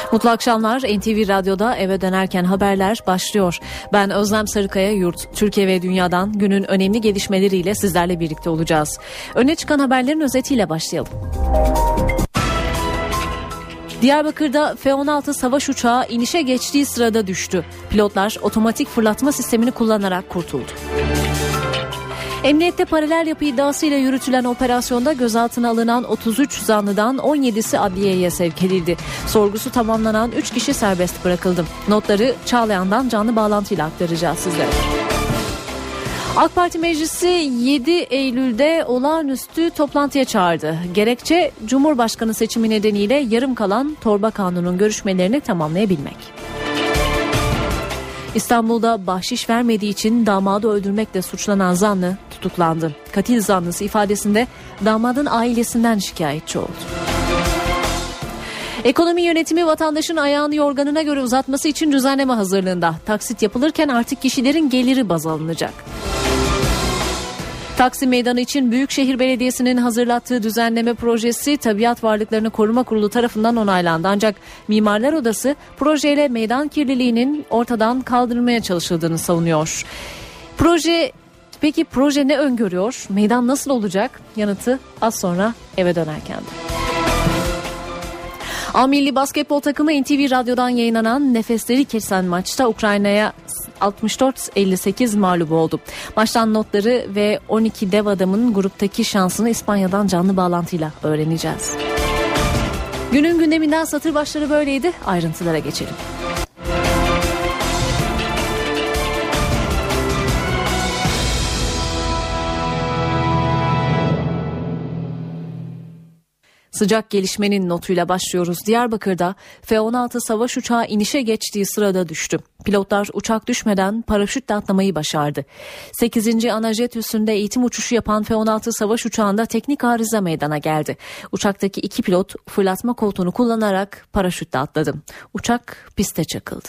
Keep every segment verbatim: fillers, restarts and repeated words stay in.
Mutlu akşamlar. N T V Radyo'da eve dönerken haberler başlıyor. Ben Özlem Sarıkaya Yurt. Türkiye ve dünyadan günün önemli gelişmeleriyle sizlerle birlikte olacağız. Öne çıkan haberlerin özetiyle başlayalım. Diyarbakır'da F on altı savaş uçağı inişe geçtiği sırada düştü. Pilotlar otomatik fırlatma sistemini kullanarak kurtuldu. Emniyette paralel yapı iddiasıyla yürütülen operasyonda gözaltına alınan otuz üç zanlıdan on yedisi adliyeye sevk edildi. Sorgusu tamamlanan üç kişi serbest bırakıldı. Notları Çağlayan'dan canlı bağlantıyla aktaracağız sizlere. AK Parti Meclisi yedi Eylül'de olağanüstü toplantıya çağırdı. Gerekçe Cumhurbaşkanı seçimi nedeniyle yarım kalan torba kanunun görüşmelerini tamamlayabilmek. İstanbul'da bahşiş vermediği için damadı öldürmekle suçlanan zanlı tutuklandı. Katil zanlısı ifadesinde damadın ailesinden şikayetçi oldu. Ekonomi yönetimi vatandaşın ayağını yorganına göre uzatması için düzenleme hazırlığında. Taksit yapılırken artık kişilerin geliri baz alınacak. Taksim Meydanı için Büyükşehir Belediyesi'nin hazırlattığı düzenleme projesi Tabiat Varlıklarını Koruma Kurulu tarafından onaylandı. Ancak Mimarlar Odası projeyle meydan kirliliğinin ortadan kaldırılmaya çalışıldığını savunuyor. Proje peki proje ne öngörüyor? Meydan nasıl olacak? Yanıtı az sonra eve dönerken de. A Milli Basketbol takımı N T V Radyo'dan yayınlanan nefesleri kesen maçta Ukrayna'ya altmış dört elli sekiz mağlup oldu. Maçtan notları ve on iki dev adamın gruptaki şansını İspanya'dan canlı bağlantıyla öğreneceğiz. Günün gündeminden satır başları böyleydi. Ayrıntılara geçelim. Sıcak gelişmenin notuyla başlıyoruz. Diyarbakır'da F on altı savaş uçağı inişe geçtiği sırada düştü. Pilotlar uçak düşmeden paraşütle atlamayı başardı. sekizinci Anajet üssünde eğitim uçuşu yapan F on altı savaş uçağında teknik arıza meydana geldi. Uçaktaki iki pilot fırlatma koltuğunu kullanarak paraşütle atladı. Uçak piste çakıldı.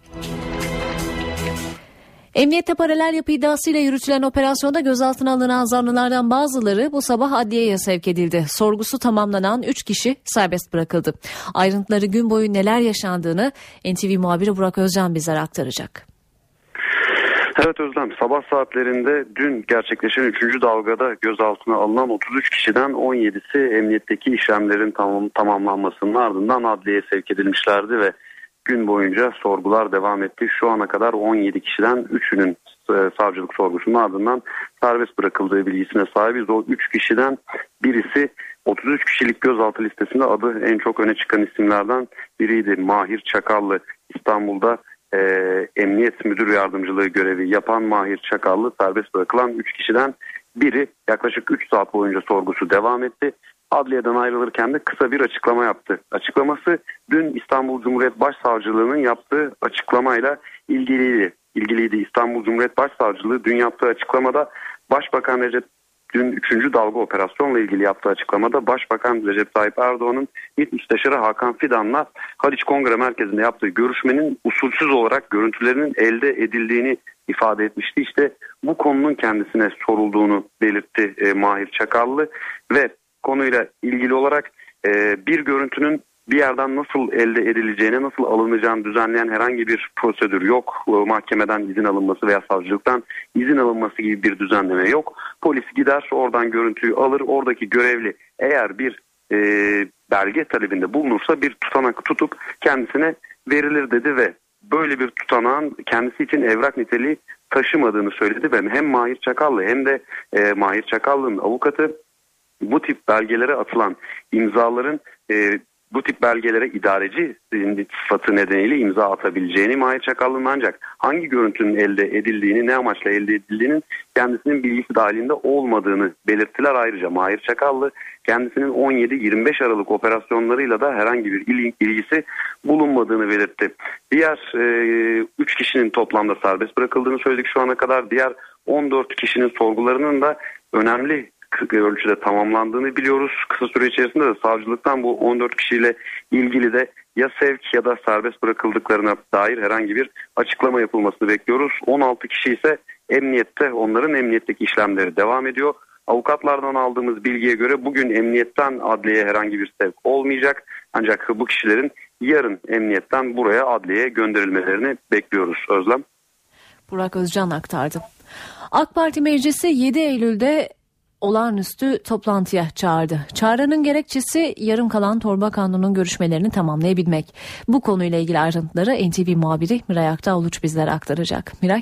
Emniyette paralel yapı iddiasıyla yürütülen operasyonda gözaltına alınan zanlılardan bazıları bu sabah adliyeye sevk edildi. Sorgusu tamamlanan üç kişi serbest bırakıldı. Ayrıntıları gün boyu neler yaşandığını N T V muhabiri Burak Özcan bizlere aktaracak. Evet Özlem, sabah saatlerinde dün gerçekleşen üçüncü dalgada gözaltına alınan otuz üç kişiden on yedisi emniyetteki işlemlerin tamam, tamamlanmasının ardından adliyeye sevk edilmişlerdi ve gün boyunca sorgular devam etti. Şu ana kadar on yedi kişiden üçünün savcılık sorgusunun ardından serbest bırakıldığı bilgisine sahibiz. O üç kişiden birisi otuz üç kişilik gözaltı listesinde adı en çok öne çıkan isimlerden biriydi. Mahir Çakallı, İstanbul'da e, Emniyet Müdür Yardımcılığı görevi yapan Mahir Çakallı serbest bırakılan üç kişiden biri. Yaklaşık üç saat boyunca sorgusu devam etti. Adliyeden ayrılırken de kısa bir açıklama yaptı. Açıklaması dün İstanbul Cumhuriyet Başsavcılığı'nın yaptığı açıklamayla ilgiliydi. İlgiliydi. İstanbul Cumhuriyet Başsavcılığı dün yaptığı açıklamada Başbakan Recep dün üçüncü dalga operasyonla ilgili yaptığı açıklamada Başbakan Recep Tayyip Erdoğan'ın MİT Müsteşarı Hakan Fidan'la Haliç Kongre Merkezi'nde yaptığı görüşmenin usulsüz olarak görüntülerinin elde edildiğini ifade etmişti. İşte bu konunun kendisine sorulduğunu belirtti e, Mahir Çakallı ve konuyla ilgili olarak e, bir görüntünün bir yerden nasıl elde edileceğine, nasıl alınacağını düzenleyen herhangi bir prosedür yok. E, mahkemeden izin alınması veya savcılıktan izin alınması gibi bir düzenleme yok. Polis gider, oradan görüntüyü alır. Oradaki görevli eğer bir e, belge talebinde bulunursa bir tutanak tutup kendisine verilir dedi ve böyle bir tutanağın kendisi için evrak niteliği taşımadığını söyledi ve hem Mahir Çakallı hem de e, Mahir Çakallı'nın avukatı bu tip belgelere atılan imzaların e, bu tip belgelere idareci sıfatı nedeniyle imza atabileceğini, Mahir Çakallı'nın ancak hangi görüntünün elde edildiğini, ne amaçla elde edildiğinin kendisinin bilgisi dahilinde olmadığını belirttiler. Ayrıca Mahir Çakallı kendisinin on yedi yirmi beş Aralık operasyonlarıyla da herhangi bir ilgisi bulunmadığını belirtti. Diğer üç e, kişinin toplamda serbest bırakıldığını söyledik şu ana kadar. Diğer on dört kişinin sorgularının da önemli ölçüde tamamlandığını biliyoruz. Kısa süre içerisinde de savcılıktan bu on dört kişiyle ilgili de ya sevk ya da serbest bırakıldıklarına dair herhangi bir açıklama yapılmasını bekliyoruz. on altı kişi ise emniyette, onların emniyetteki işlemleri devam ediyor. Avukatlardan aldığımız bilgiye göre bugün emniyetten adliyeye herhangi bir sevk olmayacak. Ancak bu kişilerin yarın emniyetten buraya adliyeye gönderilmelerini bekliyoruz Özlem. Burak Özcan aktardı. AK Parti Meclisi yedi Eylül'de olağanüstü toplantıya çağırdı. Çağrının gerekçesi yarım kalan torba kanunun görüşmelerini tamamlayabilmek. Bu konuyla ilgili ayrıntıları N T V muhabiri Miray Aktağ-Uluç bizlere aktaracak. Miray.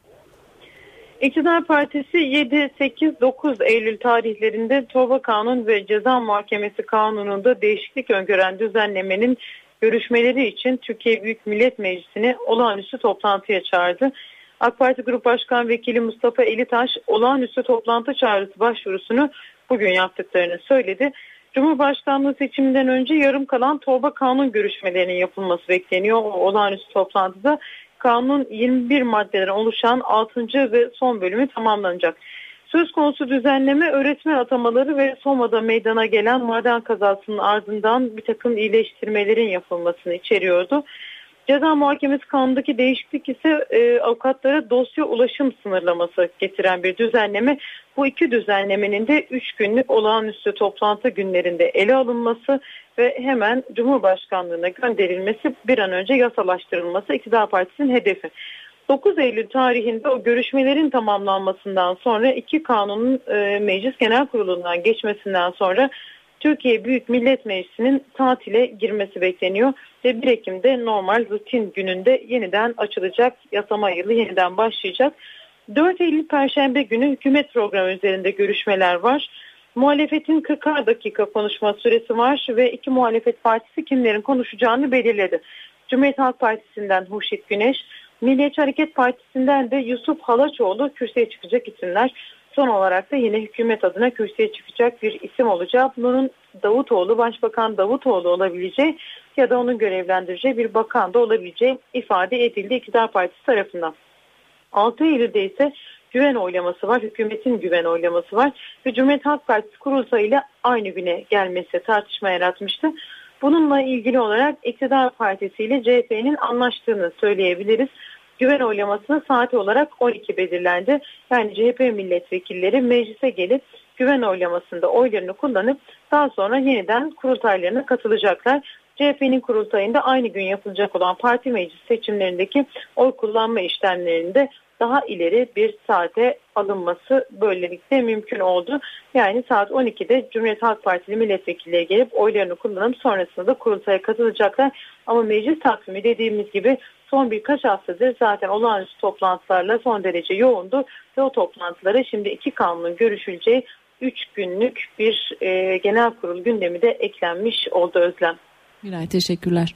İktidar Partisi yedi, sekiz, dokuz Eylül tarihlerinde Torba Kanun ve Ceza Muhakemesi Kanunu'nda değişiklik öngören düzenlemenin görüşmeleri için Türkiye Büyük Millet Meclisi'ni olağanüstü toplantıya çağırdı. AK Parti Grup Başkan Vekili Mustafa Elitaş olağanüstü toplantı çağrısı başvurusunu bugün yaptıklarını söyledi. Cumhurbaşkanlığı seçiminden önce yarım kalan torba kanun görüşmelerinin yapılması bekleniyor. O olağanüstü toplantıda kanunun yirmi bir maddeden oluşan altıncı ve son bölümü tamamlanacak. Söz konusu düzenleme öğretmen atamaları ve Soma'da meydana gelen maden kazasının ardından bir takım iyileştirmelerin yapılmasını içeriyordu. Ceza Muhakemesi Kanunu'ndaki değişiklik ise e, avukatlara dosya ulaşım sınırlaması getiren bir düzenleme. Bu iki düzenlemenin de üç günlük olağanüstü toplantı günlerinde ele alınması ve hemen Cumhurbaşkanlığına gönderilmesi, bir an önce yasalaştırılması iktidar partisinin hedefi. dokuz Eylül tarihinde o görüşmelerin tamamlanmasından sonra iki kanunun e, Meclis Genel Kurulu'ndan geçmesinden sonra Türkiye Büyük Millet Meclisi'nin tatile girmesi bekleniyor ve bir Ekim'de normal rutin gününde yeniden açılacak, yasama yılı yeniden başlayacak. dört Eylül Perşembe günü hükümet programı üzerinde görüşmeler var. Muhalefetin kırkar dakika konuşma süresi var ve iki muhalefet partisi kimlerin konuşacağını belirledi. Cumhuriyet Halk Partisi'nden Hurşit Güneş, Milliyetçi Hareket Partisi'nden de Yusuf Halaçoğlu kürsüye çıkacak isimler. Son olarak da yine hükümet adına kürsüye çıkacak bir isim olacak. Bunun Davutoğlu, Başbakan Davutoğlu olabileceği ya da onun görevlendireceği bir bakan da olabileceği ifade edildi iktidar partisi tarafından. altı Eylül'de ise güven oylaması var, hükümetin güven oylaması var ve Cumhuriyet Halk Partisi kurultayıyla aynı güne gelmesi tartışma yaratmıştı. Bununla ilgili olarak iktidar partisi ile C H P'nin anlaştığını söyleyebiliriz. Güven oylamasına saati olarak on iki belirlendi. Yani C H P milletvekilleri meclise gelip güven oylamasında oylarını kullanıp daha sonra yeniden kurultaylarına katılacaklar. C H P'nin kurultayında aynı gün yapılacak olan parti meclis seçimlerindeki oy kullanma işlemlerinde daha ileri bir saate alınması böylelikle mümkün oldu. Yani saat on ikide Cumhuriyet Halk Partili milletvekilleri gelip oylarını kullanıp sonrasında da kurultaya katılacaklar. Ama meclis takvimi dediğimiz gibi son birkaç haftadır zaten olağanüstü toplantılarla son derece yoğundu ve o toplantılara şimdi iki kanunun görüşüleceği üç günlük bir e, genel kurul gündemi de eklenmiş oldu Özlem. Miray, teşekkürler.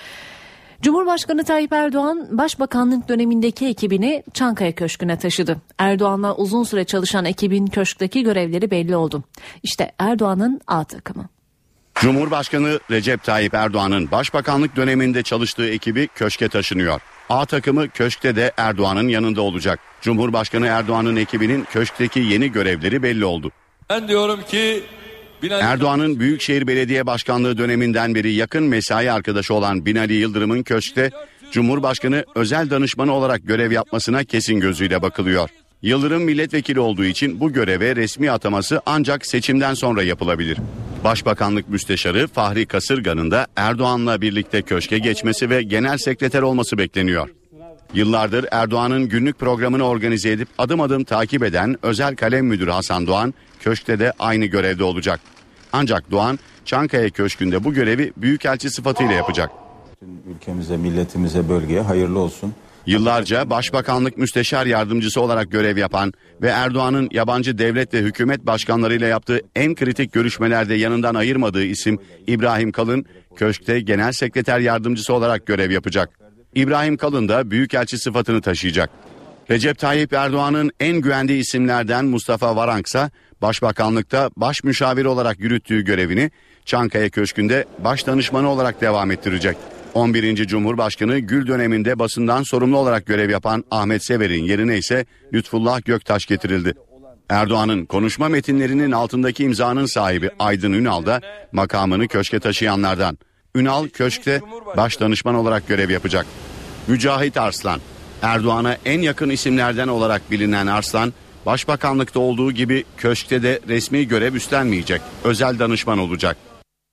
Cumhurbaşkanı Tayyip Erdoğan, Başbakanlık dönemindeki ekibini Çankaya Köşkü'ne taşıdı. Erdoğan'la uzun süre çalışan ekibin köşkteki görevleri belli oldu. İşte Erdoğan'ın A takımı. Cumhurbaşkanı Recep Tayyip Erdoğan'ın başbakanlık döneminde çalıştığı ekibi köşke taşınıyor. A takımı köşkte de Erdoğan'ın yanında olacak. Cumhurbaşkanı Erdoğan'ın ekibinin köşkteki yeni görevleri belli oldu. Ben diyorum ki Erdoğan'ın Büyükşehir Belediye Başkanlığı döneminden beri yakın mesai arkadaşı olan Binali Yıldırım'ın köşkte Cumhurbaşkanı özel danışmanı olarak görev yapmasına kesin gözüyle bakılıyor. Yıldırım milletvekili olduğu için bu göreve resmi ataması ancak seçimden sonra yapılabilir. Başbakanlık Müsteşarı Fahri Kasırga'nın da Erdoğan'la birlikte köşke geçmesi ve genel sekreter olması bekleniyor. Yıllardır Erdoğan'ın günlük programını organize edip adım adım takip eden özel kalem müdürü Hasan Doğan köşkte de aynı görevde olacak. Ancak Doğan Çankaya Köşkü'nde bu görevi büyükelçi sıfatıyla yapacak. Ülkemize, milletimize, bölgeye hayırlı olsun. Yıllarca Başbakanlık Müsteşar Yardımcısı olarak görev yapan ve Erdoğan'ın yabancı devlet ve hükümet başkanlarıyla yaptığı en kritik görüşmelerde yanından ayırmadığı isim İbrahim Kalın, köşkte Genel Sekreter Yardımcısı olarak görev yapacak. İbrahim Kalın da büyükelçi sıfatını taşıyacak. Recep Tayyip Erdoğan'ın en güvendiği isimlerden Mustafa Varanksa Başbakanlıkta baş müşavir olarak yürüttüğü görevini Çankaya Köşkü'nde baş danışmanı olarak devam ettirecek. on birinci Cumhurbaşkanı Gül döneminde basından sorumlu olarak görev yapan Ahmet Sever'in yerine ise Lütfullah Göktaş getirildi. Erdoğan'ın konuşma metinlerinin altındaki imzanın sahibi Aydın Ünal da makamını köşke taşıyanlardan. Ünal köşkte baş danışman olarak görev yapacak. Mücahit Arslan, Erdoğan'a en yakın isimlerden olarak bilinen Arslan, Başbakanlıkta olduğu gibi köşkte de resmi görev üstlenmeyecek, özel danışman olacak.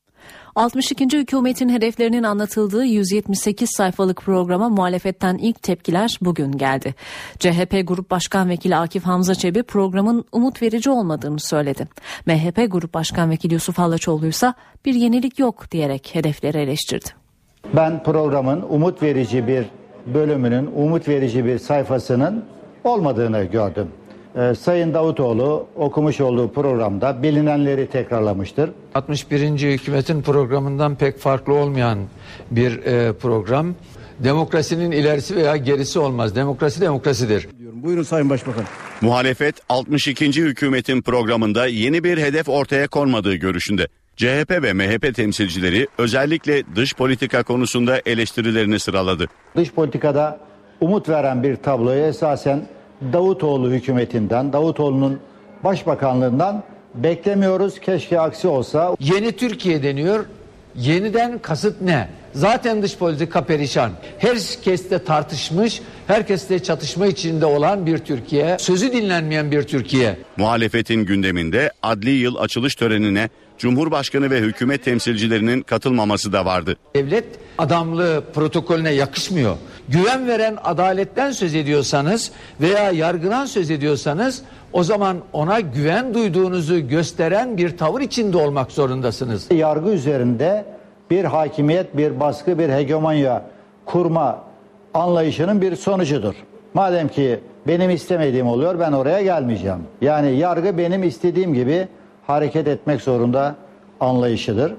altmış ikinci hükümetin hedeflerinin anlatıldığı yüz yetmiş sekiz sayfalık programa muhalefetten ilk tepkiler bugün geldi. C H P Grup Başkan Vekili Akif Hamza Çebi programın umut verici olmadığını söyledi. M H P Grup Başkan Vekili Yusuf Hallaçoğlu ise bir yenilik yok diyerek hedefleri eleştirdi. Ben programın umut verici bir bölümünün, umut verici bir sayfasının olmadığını gördüm. Ee, Sayın Davutoğlu okumuş olduğu programda bilinenleri tekrarlamıştır. altmış birinci hükümetin programından pek farklı olmayan bir e, program. Demokrasinin ilerisi veya gerisi olmaz. Demokrasi demokrasidir. Buyurun Sayın Başbakan. Muhalefet altmış ikinci hükümetin programında yeni bir hedef ortaya konmadığı görüşünde. C H P ve M H P temsilcileri özellikle dış politika konusunda eleştirilerini sıraladı. Dış politikada umut veren bir tabloyu esasen Davutoğlu hükümetinden, Davutoğlu'nun başbakanlığından beklemiyoruz. Keşke aksi olsa. Yeni Türkiye deniyor. Yeniden kasıt ne? Zaten dış politika perişan. Herkesle tartışmış, herkesle çatışma içinde olan bir Türkiye, sözü dinlenmeyen bir Türkiye. Muhalefetin gündeminde adli yıl açılış törenine Cumhurbaşkanı ve hükümet temsilcilerinin katılmaması da vardı. Devlet adamlığı protokolüne yakışmıyor. Güven veren adaletten söz ediyorsanız veya yargıdan söz ediyorsanız o zaman ona güven duyduğunuzu gösteren bir tavır içinde olmak zorundasınız. Yargı üzerinde bir hakimiyet, bir baskı, bir hegemonya kurma anlayışının bir sonucudur. Madem ki benim istemediğim oluyor, ben oraya gelmeyeceğim. Yani yargı benim istediğim gibi hareket etmek zorunda anlayışıdır.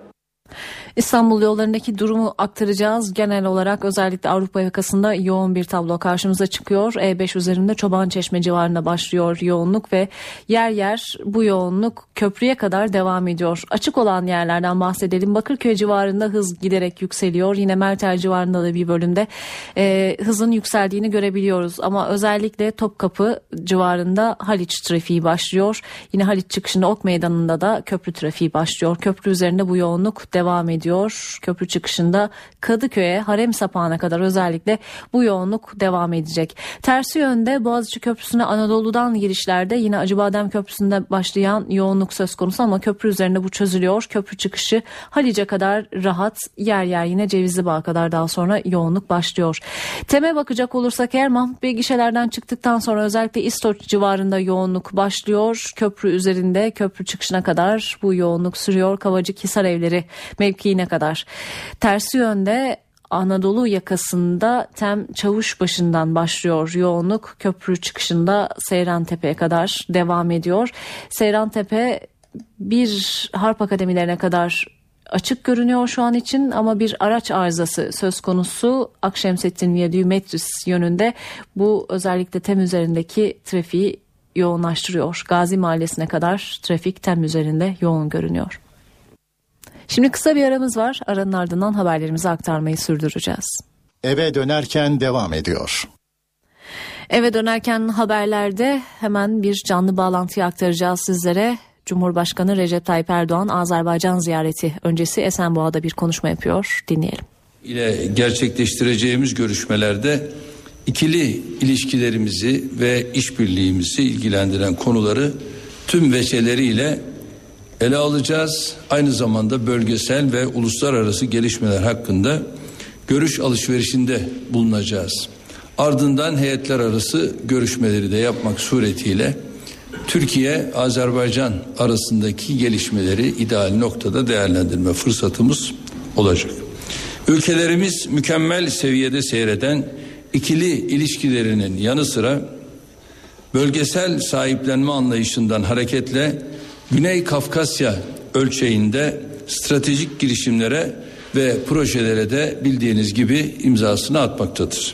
İstanbul yollarındaki durumu aktaracağız. Genel olarak özellikle Avrupa yakasında yoğun bir tablo karşımıza çıkıyor. E beş üzerinde Çobançeşme civarında başlıyor yoğunluk ve yer yer bu yoğunluk köprüye kadar devam ediyor. Açık olan yerlerden bahsedelim. Bakırköy civarında hız giderek yükseliyor. Yine Merter civarında da bir bölümde e, hızın yükseldiğini görebiliyoruz. Ama özellikle Topkapı civarında Haliç trafiği başlıyor. Yine Haliç çıkışında Ok Meydanı'nda da köprü trafiği başlıyor. Köprü üzerinde bu yoğunluk devam ediyor. Köprü çıkışında Kadıköy'e, Harem Sapağı'na kadar özellikle bu yoğunluk devam edecek. Tersi yönde Boğaziçi Köprüsü'ne Anadolu'dan girişlerde yine Acıbadem Köprüsü'nde başlayan yoğunluk söz konusu ama köprü üzerinde bu çözülüyor. Köprü çıkışı Haliç'e kadar rahat, yer yer yine Cevizlibağ'a kadar daha sonra yoğunluk başlıyor. Tem'e bakacak olursak eğer Mahmut Bey gişelerden çıktıktan sonra özellikle İstoç civarında yoğunluk başlıyor. Köprü üzerinde köprü çıkışına kadar bu yoğunluk sürüyor. Kavacık Hisarevleri mevkiine kadar. Tersi yönde Anadolu yakasında Tem Çavuşbaşı'ndan başlıyor yoğunluk. Köprü çıkışında Seyrantepe'ye kadar devam ediyor. Seyrantepe bir harp akademilerine kadar açık görünüyor şu an için ama bir araç arızası söz konusu. Akşemsettin Viyadüğü Metris yönünde bu özellikle Tem üzerindeki trafiği yoğunlaştırıyor. Gazi Mahallesi'ne kadar trafik Tem üzerinde yoğun görünüyor. Şimdi kısa bir aramız var. Aranın ardından haberlerimizi aktarmayı sürdüreceğiz. Eve dönerken devam ediyor. Eve dönerken haberlerde hemen bir canlı bağlantıyı aktaracağız sizlere. Cumhurbaşkanı Recep Tayyip Erdoğan Azerbaycan ziyareti öncesi Esenboğa'da bir konuşma yapıyor. Dinleyelim. İle gerçekleştireceğimiz görüşmelerde ikili ilişkilerimizi ve işbirliğimizi ilgilendiren konuları tüm veçeleriyle ele alacağız. Aynı zamanda bölgesel ve uluslararası gelişmeler hakkında görüş alışverişinde bulunacağız. Ardından heyetler arası görüşmeleri de yapmak suretiyle Türkiye-Azerbaycan arasındaki gelişmeleri ideal noktada değerlendirme fırsatımız olacak. Ülkelerimiz mükemmel seviyede seyreden ikili ilişkilerinin yanı sıra bölgesel sahiplenme anlayışından hareketle Güney Kafkasya ölçeğinde stratejik girişimlere ve projelere de bildiğiniz gibi imzasını atmaktadır.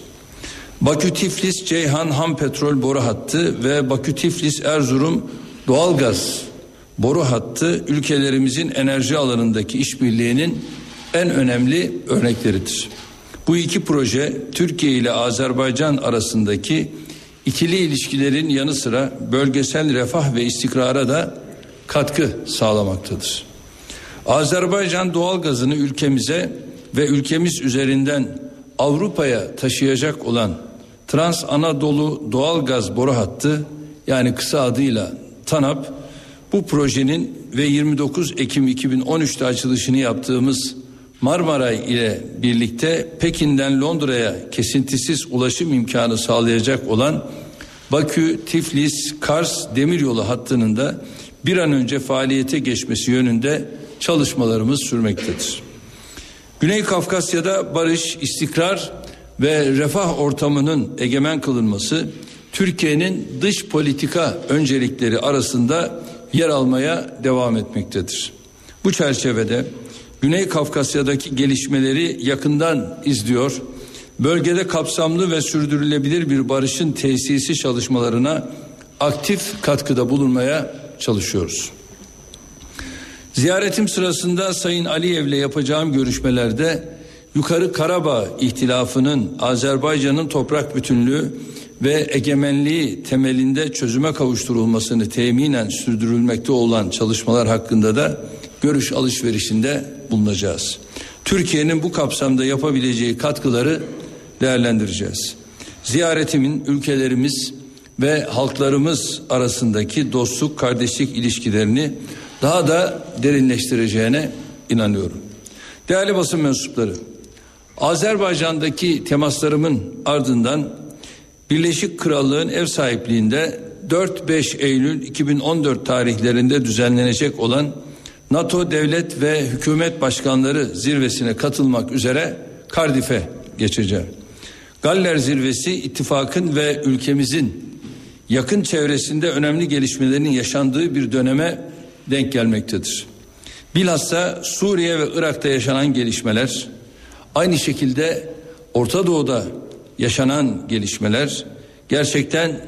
Bakü-Tiflis-Ceyhan ham petrol boru hattı ve Bakü-Tiflis-Erzurum doğalgaz boru hattı ülkelerimizin enerji alanındaki işbirliğinin en önemli örnekleridir. Bu iki proje Türkiye ile Azerbaycan arasındaki ikili ilişkilerin yanı sıra bölgesel refah ve istikrara da katkı sağlamaktadır. Azerbaycan doğalgazını ülkemize ve ülkemiz üzerinden Avrupa'ya taşıyacak olan Trans Anadolu doğalgaz boru hattı yani kısa adıyla TANAP bu projenin ve yirmi dokuz Ekim iki bin on üç'te açılışını yaptığımız Marmaray ile birlikte Pekin'den Londra'ya kesintisiz ulaşım imkanı sağlayacak olan Bakü-Tiflis-Kars demiryolu hattının da bir an önce faaliyete geçmesi yönünde çalışmalarımız sürmektedir. Güney Kafkasya'da barış, istikrar ve refah ortamının egemen kılınması Türkiye'nin dış politika öncelikleri arasında yer almaya devam etmektedir. Bu çerçevede Güney Kafkasya'daki gelişmeleri yakından izliyor, bölgede kapsamlı ve sürdürülebilir bir barışın tesisi çalışmalarına aktif katkıda bulunmaya çalışıyoruz. Ziyaretim sırasında Sayın Aliyev'le yapacağım görüşmelerde Yukarı Karabağ İhtilafı'nın Azerbaycan'ın toprak bütünlüğü ve egemenliği temelinde çözüme kavuşturulmasını teminen sürdürülmekte olan çalışmalar hakkında da görüş alışverişinde bulunacağız. Türkiye'nin bu kapsamda yapabileceği katkıları değerlendireceğiz. Ziyaretimin ülkelerimiz ve halklarımız arasındaki dostluk, kardeşlik ilişkilerini daha da derinleştireceğine inanıyorum. Değerli basın mensupları, Azerbaycan'daki temaslarımın ardından Birleşik Krallığın ev sahipliğinde dört beş Eylül iki bin on dört tarihlerinde düzenlenecek olan NATO devlet ve hükümet başkanları zirvesine katılmak üzere Cardiff'e geçeceğim. Galler Zirvesi ittifakın ve ülkemizin yakın çevresinde önemli gelişmelerin yaşandığı bir döneme denk gelmektedir. Bilhassa Suriye ve Irak'ta yaşanan gelişmeler, aynı şekilde Orta Doğu'da yaşanan gelişmeler gerçekten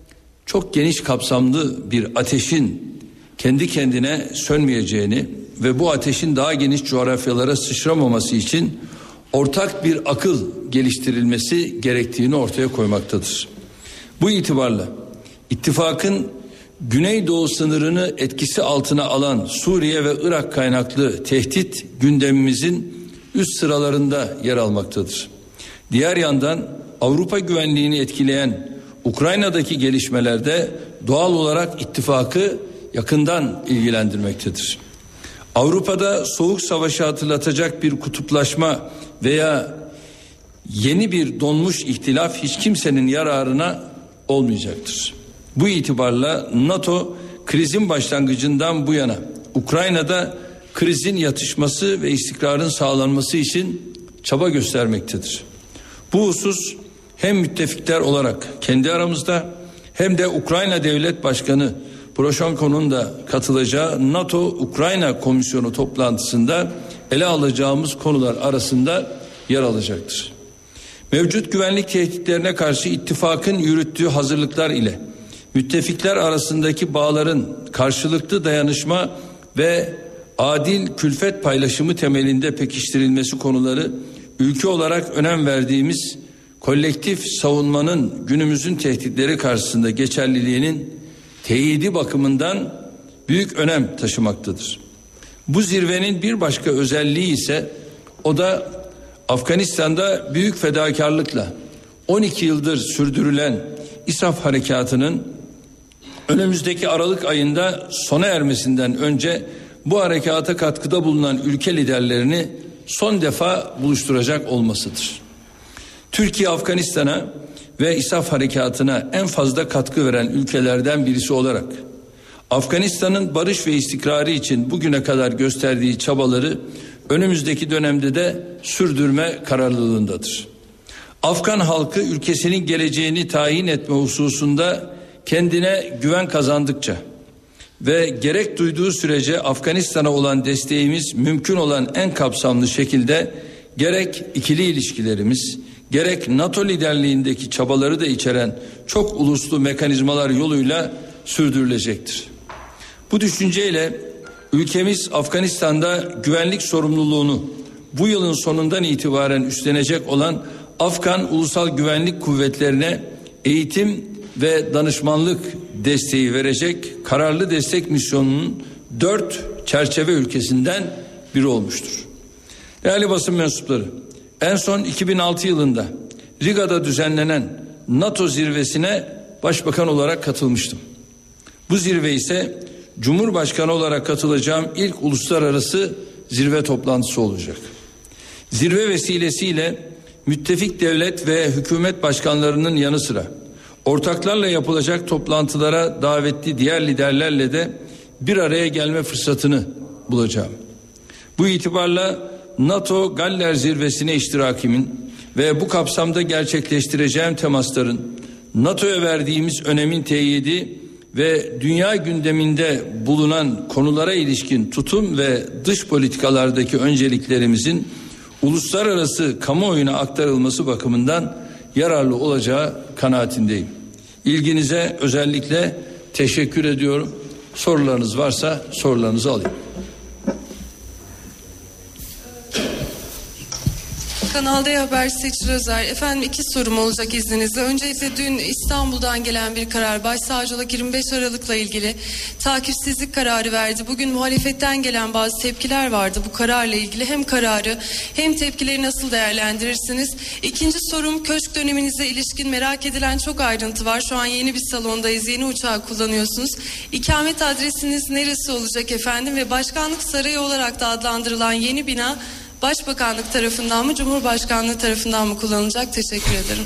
çok geniş kapsamlı bir ateşin kendi kendine sönmeyeceğini ve bu ateşin daha geniş coğrafyalara sıçramaması için ortak bir akıl geliştirilmesi gerektiğini ortaya koymaktadır. Bu itibarla ittifakın Güneydoğu sınırını etkisi altına alan Suriye ve Irak kaynaklı tehdit gündemimizin üst sıralarında yer almaktadır. Diğer yandan Avrupa güvenliğini etkileyen Ukrayna'daki gelişmelerde doğal olarak ittifakı yakından ilgilendirmektedir. Avrupa'da soğuk savaşı hatırlatacak bir kutuplaşma veya yeni bir donmuş ihtilaf hiç kimsenin yararına olmayacaktır. Bu itibarla NATO krizin başlangıcından bu yana Ukrayna'da krizin yatışması ve istikrarın sağlanması için çaba göstermektedir. Bu husus hem müttefikler olarak kendi aramızda hem de Ukrayna Devlet Başkanı Poroshenko'nun da katılacağı NATO-Ukrayna Komisyonu toplantısında ele alacağımız konular arasında yer alacaktır. Mevcut güvenlik tehditlerine karşı ittifakın yürüttüğü hazırlıklar ile müttefikler arasındaki bağların karşılıklı dayanışma ve adil külfet paylaşımı temelinde pekiştirilmesi konuları ülke olarak önem verdiğimiz kolektif savunmanın günümüzün tehditleri karşısında geçerliliğinin teyidi bakımından büyük önem taşımaktadır. Bu zirvenin bir başka özelliği ise o da Afganistan'da büyük fedakarlıkla on iki yıldır sürdürülen İSAF harekatının önümüzdeki Aralık ayında sona ermesinden önce bu harekata katkıda bulunan ülke liderlerini son defa buluşturacak olmasıdır. Türkiye Afganistan'a ve İSAF harekatına en fazla katkı veren ülkelerden birisi olarak Afganistan'ın barış ve istikrarı için bugüne kadar gösterdiği çabaları önümüzdeki dönemde de sürdürme kararlılığındadır. Afgan halkı ülkesinin geleceğini tayin etme hususunda kendine güven kazandıkça ve gerek duyduğu sürece Afganistan'a olan desteğimiz mümkün olan en kapsamlı şekilde gerek ikili ilişkilerimiz, gerek NATO liderliğindeki çabaları da içeren çok uluslu mekanizmalar yoluyla sürdürülecektir. Bu düşünceyle ülkemiz Afganistan'da güvenlik sorumluluğunu bu yılın sonundan itibaren üstlenecek olan Afgan Ulusal Güvenlik Kuvvetlerine eğitim ve danışmanlık desteği verecek kararlı destek misyonunun dört çerçeve ülkesinden biri olmuştur. Değerli basın mensupları, en son iki bin altı yılında Riga'da düzenlenen NATO zirvesine başbakan olarak katılmıştım. Bu zirve ise Cumhurbaşkanı olarak katılacağım ilk uluslararası zirve toplantısı olacak. Zirve vesilesiyle müttefik devlet ve hükümet başkanlarının yanı sıra ortaklarla yapılacak toplantılara davetli diğer liderlerle de bir araya gelme fırsatını bulacağım. Bu itibarla NATO Galler Zirvesi'ne iştirakimin ve bu kapsamda gerçekleştireceğim temasların NATO'ya verdiğimiz önemin teyidi ve dünya gündeminde bulunan konulara ilişkin tutum ve dış politikalardaki önceliklerimizin uluslararası kamuoyuna aktarılması bakımından yararlı olacağı kanaatindeyim. İlginize özellikle teşekkür ediyorum. Sorularınız varsa sorularınızı alayım. Kanal D Haber Seçil Özer. Efendim iki sorum olacak izninizle. Öncelikle dün İstanbul'dan gelen bir karar. Başsavcılık yirmi beş Aralık'la ilgili takipsizlik kararı verdi. Bugün muhalefetten gelen bazı tepkiler vardı bu kararla ilgili. Hem kararı hem tepkileri nasıl değerlendirirsiniz? İkinci sorum, köşk döneminize ilişkin merak edilen çok ayrıntı var. Şu an yeni bir salondayız. Yeni uçağı kullanıyorsunuz. İkamet adresiniz neresi olacak efendim? Ve Başkanlık Sarayı olarak da adlandırılan yeni bina Başbakanlık tarafından mı, Cumhurbaşkanlığı tarafından mı kullanılacak? Teşekkür ederim.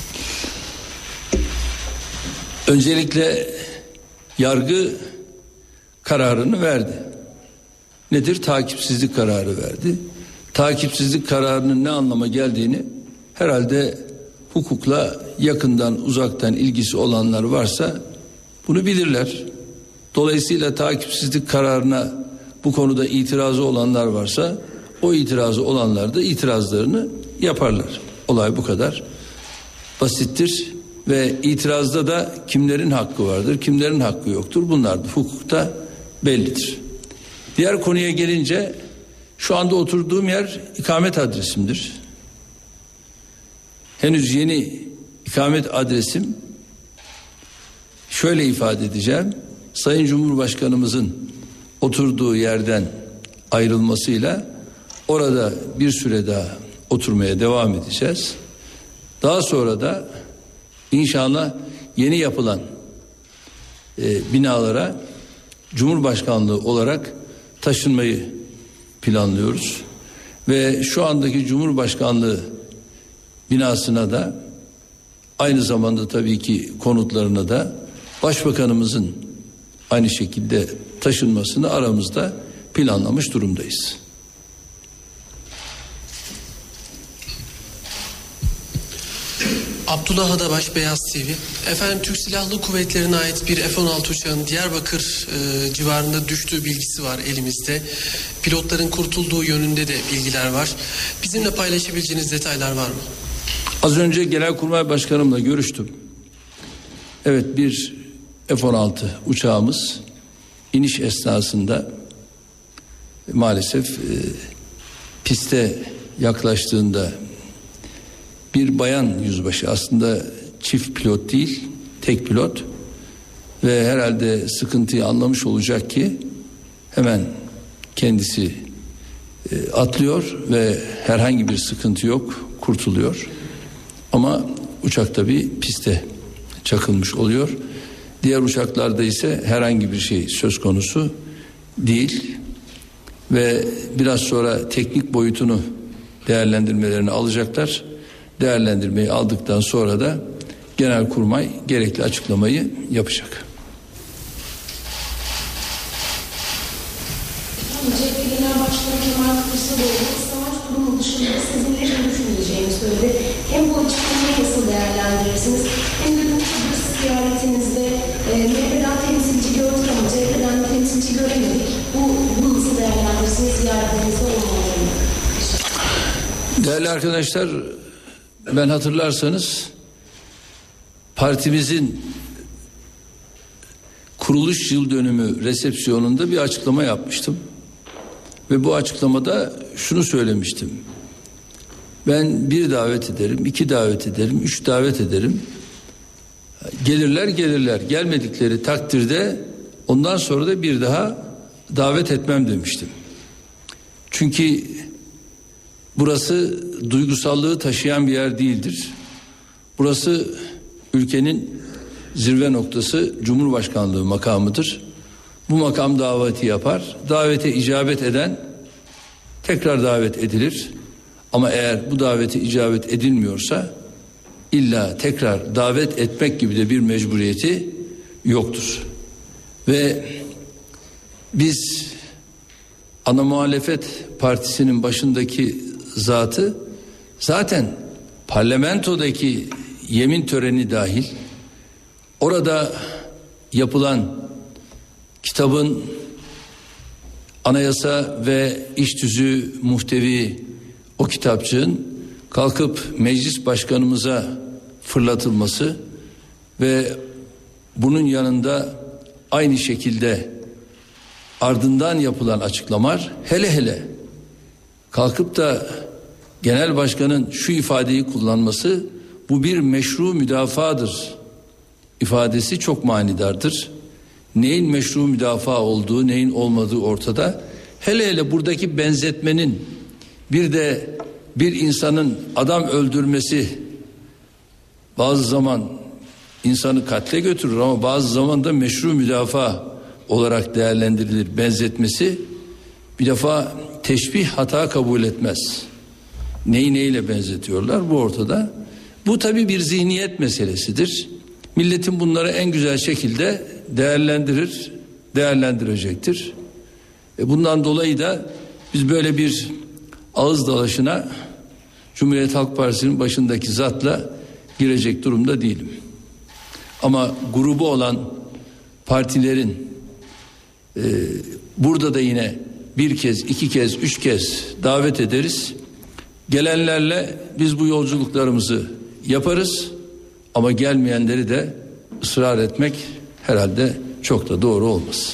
Öncelikle yargı kararını verdi. Nedir? Takipsizlik kararı verdi. Takipsizlik kararının ne anlama geldiğini herhalde hukukla yakından uzaktan ilgisi olanlar varsa bunu bilirler. Dolayısıyla takipsizlik kararına bu konuda itirazı olanlar varsa o itirazı olanlar da itirazlarını yaparlar. Olay bu kadar basittir ve itirazda da kimlerin hakkı vardır, kimlerin hakkı yoktur. Bunlar da hukukta bellidir. Diğer konuya gelince şu anda oturduğum yer ikamet adresimdir. Henüz yeni ikamet adresim, şöyle ifade edeceğim. Sayın Cumhurbaşkanımızın oturduğu yerden ayrılmasıyla orada bir süre daha oturmaya devam edeceğiz. Daha sonra da inşallah yeni yapılan e, binalara Cumhurbaşkanlığı olarak taşınmayı planlıyoruz. Ve şu andaki Cumhurbaşkanlığı binasına da aynı zamanda tabii ki konutlarına da Başbakanımızın aynı şekilde taşınmasını aramızda planlamış durumdayız. Abdullah Adabaş, Beyaz T V. Efendim, Türk Silahlı Kuvvetleri'ne ait bir F on altı uçağının Diyarbakır e, civarında düştüğü bilgisi var elimizde. Pilotların kurtulduğu yönünde de bilgiler var. Bizimle paylaşabileceğiniz detaylar var mı? Az önce Genelkurmay Başkanımla görüştüm. Evet, bir F on altı uçağımız iniş esnasında maalesef e, piste yaklaştığında bir bayan yüzbaşı, aslında çift pilot değil, tek pilot ve herhalde sıkıntıyı anlamış olacak ki hemen kendisi e, atlıyor ve herhangi bir sıkıntı yok, kurtuluyor. Ama uçak tabii piste çakılmış oluyor. Diğer uçaklarda ise herhangi bir şey söz konusu değil ve biraz sonra teknik boyutunu değerlendirmelerini alacaklar. Değerlendirmeyi aldıktan sonra da Genelkurmay gerekli açıklamayı yapacak. C H P Genel Başkanı Kemal Kılıçdaroğlu savaş durumu dışında sizinle görüşmeyeceğini söyledi. Hem bu açıklamayı nasıl değerlendirirsiniz? Hem de bu ziyaretinizde e, M H P'den temsilci gördük ama C H P'den temsilci göremedik. Bu, bunu nasıl değerlendirirsiniz? Ziyaretinizde olmalarını. Değerli arkadaşlar, ben hatırlarsanız partimizin kuruluş yıl dönümü resepsiyonunda bir açıklama yapmıştım. Ve bu açıklamada şunu söylemiştim. Ben bir davet ederim, iki davet ederim, üç davet ederim. Gelirler gelirler. Gelmedikleri takdirde ondan sonra da bir daha davet etmem demiştim. Çünkü burası duygusallığı taşıyan bir yer değildir. Burası ülkenin zirve noktası, Cumhurbaşkanlığı makamıdır. bu makam daveti yapar. Davete icabet eden tekrar davet edilir. Ama eğer bu davete icabet edilmiyorsa illa tekrar davet etmek gibi de bir mecburiyeti yoktur. Ve biz ana muhalefet partisinin başındaki zatı zaten parlamentodaki yemin töreni dahil orada yapılan kitabın anayasa ve iş tüzüğü muhtevi o kitapçığın kalkıp meclis başkanımıza fırlatılması ve bunun yanında aynı şekilde ardından yapılan açıklamalar, hele hele kalkıp da genel başkanın şu ifadeyi kullanması, bu bir meşru müdafadır ifadesi çok manidardır. Neyin meşru müdafaa olduğu, neyin olmadığı ortada. Hele hele buradaki benzetmenin bir de bir insanın adam öldürmesi bazı zaman insanı katle götürür ama bazı zaman da meşru müdafaa olarak değerlendirilir benzetmesi, bir defa teşbih hata kabul etmez. Neyi neyle benzetiyorlar bu ortada. Bu tabii bir zihniyet meselesidir. Milletin bunları en güzel şekilde değerlendirir, değerlendirecektir. E bundan dolayı da biz böyle bir ağız dalaşına Cumhuriyet Halk Partisi'nin başındaki zatla girecek durumda değilim. Ama grubu olan partilerin e, burada da yine bir kez, iki kez, üç kez davet ederiz. Gelenlerle biz bu yolculuklarımızı yaparız ama gelmeyenleri de ısrar etmek herhalde çok da doğru olmaz.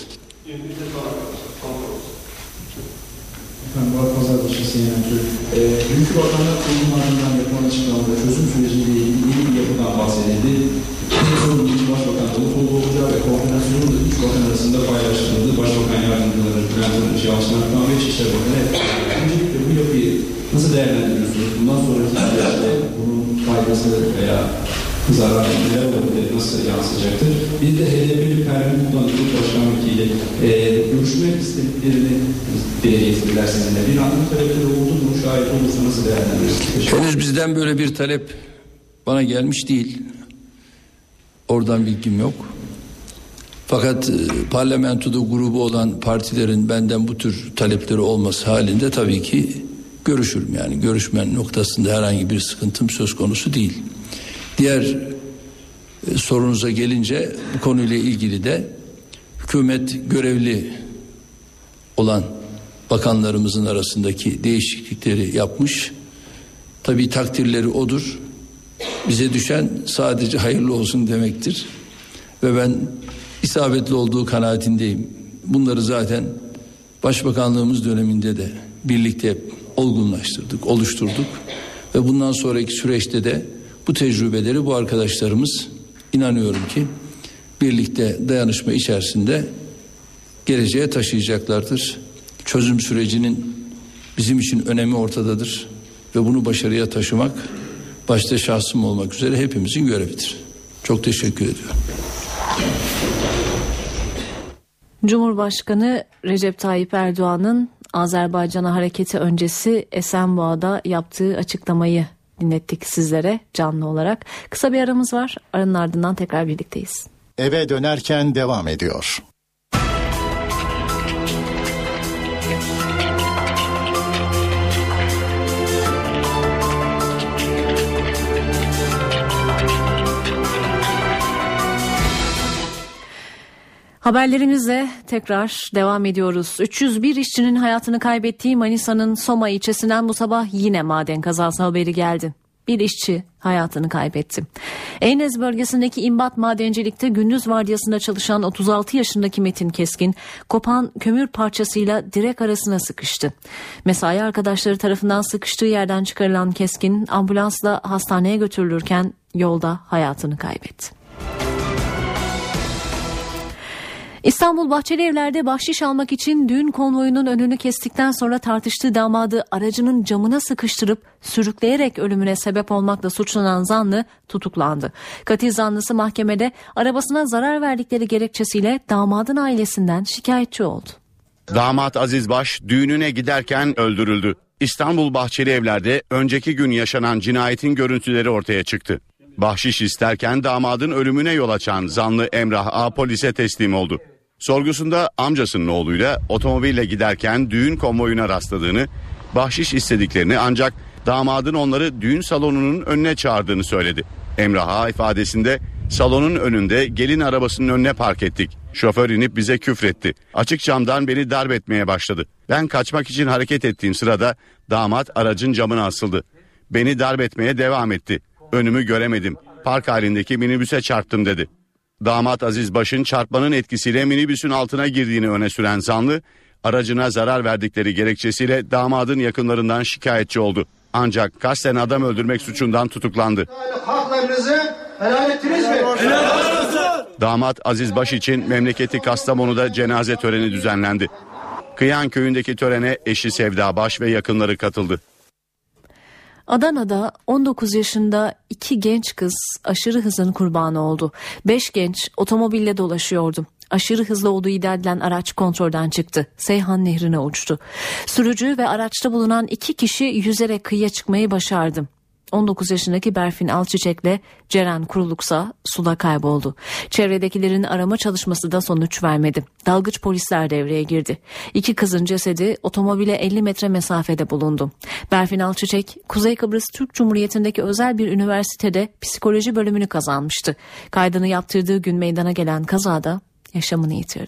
Ben Murat Pazarbaşı C N N Türk. Dünkü Bakanlar Kurulu'ndan yapılan açıklamada çözüm süreciyle ilgili yeni bir yapıdan bahsedildi. En son birinci Başbakan Davutoğlu olacağı ve koordinasyonun da üç bakan arasında paylaştırıldı. Başbakan yardımcıları Bülent Arınç, Yalçın Aktan ve İçişleri Bakanı. Öncelikle bu yapıyı nasıl değerlendiriyorsunuz? Bundan sonraki süreçte bunun faydası veya zararı neler olabilir, nasıl yansıyacaktır? Bir de H D P'li Pervin Buldan Grup Başkan Vekili e, görüşmek istediklerini dile getirdiler sizinle. Bir anlık talepleri oldu mu? Şayet olursa nasıl değerlendirirsiniz? Henüz bizden böyle bir talep bana gelmiş değil. Oradan bilgim yok. Fakat e, parlamentoda grubu olan partilerin benden bu tür talepleri olması halinde tabii ki görüşürüm. Yani görüşmen noktasında herhangi bir sıkıntım söz konusu değil. Diğer e, sorunuza gelince bu konuyla ilgili de hükümet görevli olan bakanlarımızın arasındaki değişiklikleri yapmış. Tabii takdirleri odur. Bize düşen sadece hayırlı olsun demektir. Ve ben isabetli olduğu kanaatindeyim. Bunları zaten Başbakanlığımız döneminde de birlikte hep olgunlaştırdık, oluşturduk. Ve bundan sonraki süreçte de bu tecrübeleri bu arkadaşlarımız inanıyorum ki birlikte dayanışma içerisinde geleceğe taşıyacaklardır. Çözüm sürecinin bizim için önemi ortadadır ve bunu başarıya taşımak başta şahsım olmak üzere hepimizin görevidir. Çok teşekkür ediyorum. Cumhurbaşkanı Recep Tayyip Erdoğan'ın Azerbaycan'a hareketi öncesi Esenboğa'da yaptığı açıklamayı dinlettik sizlere canlı olarak. Kısa bir aramız var. Aranın ardından tekrar birlikteyiz. Eve dönerken devam ediyor. Haberlerimizle tekrar devam ediyoruz. üç yüz bir işçinin hayatını kaybettiği Manisa'nın Soma ilçesinden bu sabah yine maden kazası haberi geldi. Bir işçi hayatını kaybetti. Eynez bölgesindeki İmbat Madencilik'te gündüz vardiyasında çalışan otuz altı yaşındaki Metin Keskin, kopan kömür parçasıyla direk arasına sıkıştı. Mesai arkadaşları tarafından sıkıştığı yerden çıkarılan Keskin, ambulansla hastaneye götürülürken yolda hayatını kaybetti. İstanbul Bahçelievler'de bahşiş almak için düğün konvoyunun önünü kestikten sonra tartıştığı damadı aracının camına sıkıştırıp sürükleyerek ölümüne sebep olmakla suçlanan zanlı tutuklandı. Katil zanlısı mahkemede arabasına zarar verdikleri gerekçesiyle damadın ailesinden şikayetçi oldu. Damat Aziz Baş düğününe giderken öldürüldü. İstanbul Bahçelievler'de önceki gün yaşanan cinayetin görüntüleri ortaya çıktı. Bahşiş isterken damadın ölümüne yol açan zanlı Emrah A polise teslim oldu. Sorgusunda amcasının oğluyla otomobille giderken düğün konvoyuna rastladığını, bahşiş istediklerini ancak damadın onları düğün salonunun önüne çağırdığını söyledi. Emrah A ifadesinde salonun önünde gelin arabasının önüne park ettik. Şoför inip bize küfretti. Açık camdan beni darp etmeye başladı. Ben kaçmak için hareket ettiğim sırada damat aracın camına asıldı. Beni darp etmeye devam etti. Önümü göremedim. Park halindeki minibüse çarptım dedi. Damat Aziz Baş'ın çarpmanın etkisiyle minibüsün altına girdiğini öne süren zanlı, aracına zarar verdikleri gerekçesiyle damadın yakınlarından şikayetçi oldu. Ancak kasten adam öldürmek suçundan tutuklandı. Haklarınızı helal ettiniz mi? Helal olsun. Damat Aziz Baş için memleketi Kastamonu'da cenaze töreni düzenlendi. Kıyan köyündeki törene eşi Sevda Baş ve yakınları katıldı. Adana'da on dokuz yaşında iki genç kız aşırı hızın kurbanı oldu. beş genç otomobille dolaşıyordu. Aşırı hızlı olduğu iddia edilen araç kontrolden çıktı. Seyhan Nehri'ne uçtu. Sürücü ve araçta bulunan iki kişi yüzerek kıyıya çıkmayı başardı. on dokuz yaşındaki Berfin Alçiçek'le Ceren Kuruluksa suda kayboldu. Çevredekilerin arama çalışması da sonuç vermedi. Dalgıç polisler devreye girdi. İki kızın cesedi otomobile elli metre mesafede bulundu. Berfin Alçiçek, Kuzey Kıbrıs Türk Cumhuriyeti'ndeki özel bir üniversitede psikoloji bölümünü kazanmıştı. Kaydını yaptırdığı gün meydana gelen kazada yaşamını yitirdi.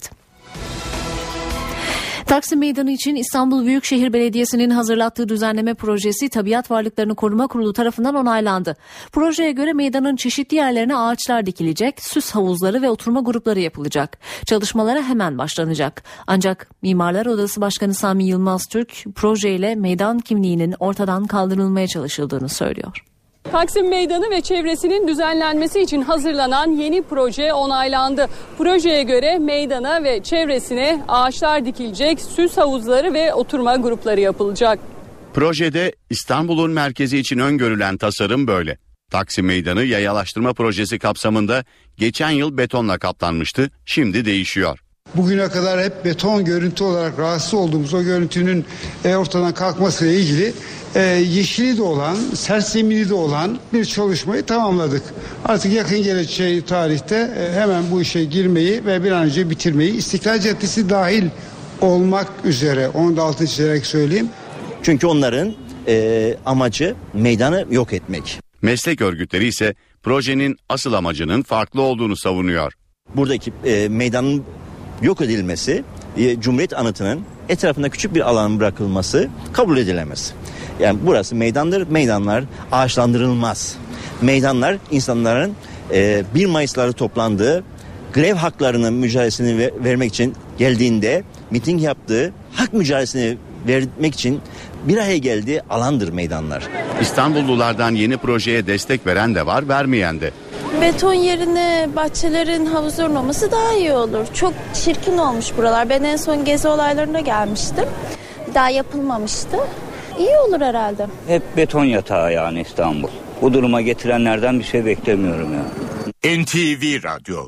Taksim Meydanı için İstanbul Büyükşehir Belediyesi'nin hazırlattığı düzenleme projesi Tabiat Varlıklarını Koruma Kurulu tarafından onaylandı. Projeye göre meydanın çeşitli yerlerine ağaçlar dikilecek, süs havuzları ve oturma grupları yapılacak. Çalışmalara hemen başlanacak. Ancak Mimarlar Odası Başkanı Sami Yılmaz Türk, projeyle meydan kimliğinin ortadan kaldırılmaya çalışıldığını söylüyor. Taksim Meydanı ve çevresinin düzenlenmesi için hazırlanan yeni proje onaylandı. Projeye göre meydana ve çevresine ağaçlar dikilecek, süs havuzları ve oturma grupları yapılacak. Projede İstanbul'un merkezi için öngörülen tasarım böyle. Taksim Meydanı yayalaştırma projesi kapsamında geçen yıl betonla kaplanmıştı, şimdi değişiyor. Bugüne kadar hep beton görüntü olarak rahatsız olduğumuz o görüntünün ortadan kalkmasıyla ilgili e, yeşili de olan, sert zemini de olan bir çalışmayı tamamladık. Artık yakın gelecek tarihte e, hemen bu işe girmeyi ve bir an önce bitirmeyi, İstiklal Caddesi dahil olmak üzere, onu da altını çizerek söyleyeyim. Çünkü onların e, amacı meydanı yok etmek. Meslek örgütleri ise projenin asıl amacının farklı olduğunu savunuyor. Buradaki e, meydanın yok edilmesi, e, Cumhuriyet Anıtı'nın etrafında küçük bir alan bırakılması kabul edilemez. Yani burası meydandır, meydanlar ağaçlandırılmaz. Meydanlar insanların e, bir Mayıs'ları toplandığı, grev haklarının mücadelesini ver, vermek için geldiğinde miting yaptığı, hak mücadelesini vermek için bir araya geldiği alandır meydanlar. İstanbullulardan yeni projeye destek veren de var, vermeyen de. Beton yerine bahçelerin havuzların olması daha iyi olur. Çok çirkin olmuş buralar. Ben en son gezi olaylarına gelmiştim. Daha yapılmamıştı. İyi olur herhalde. Hep beton yatağı yani İstanbul. Bu duruma getirenlerden bir şey beklemiyorum ya. N T V Radyo.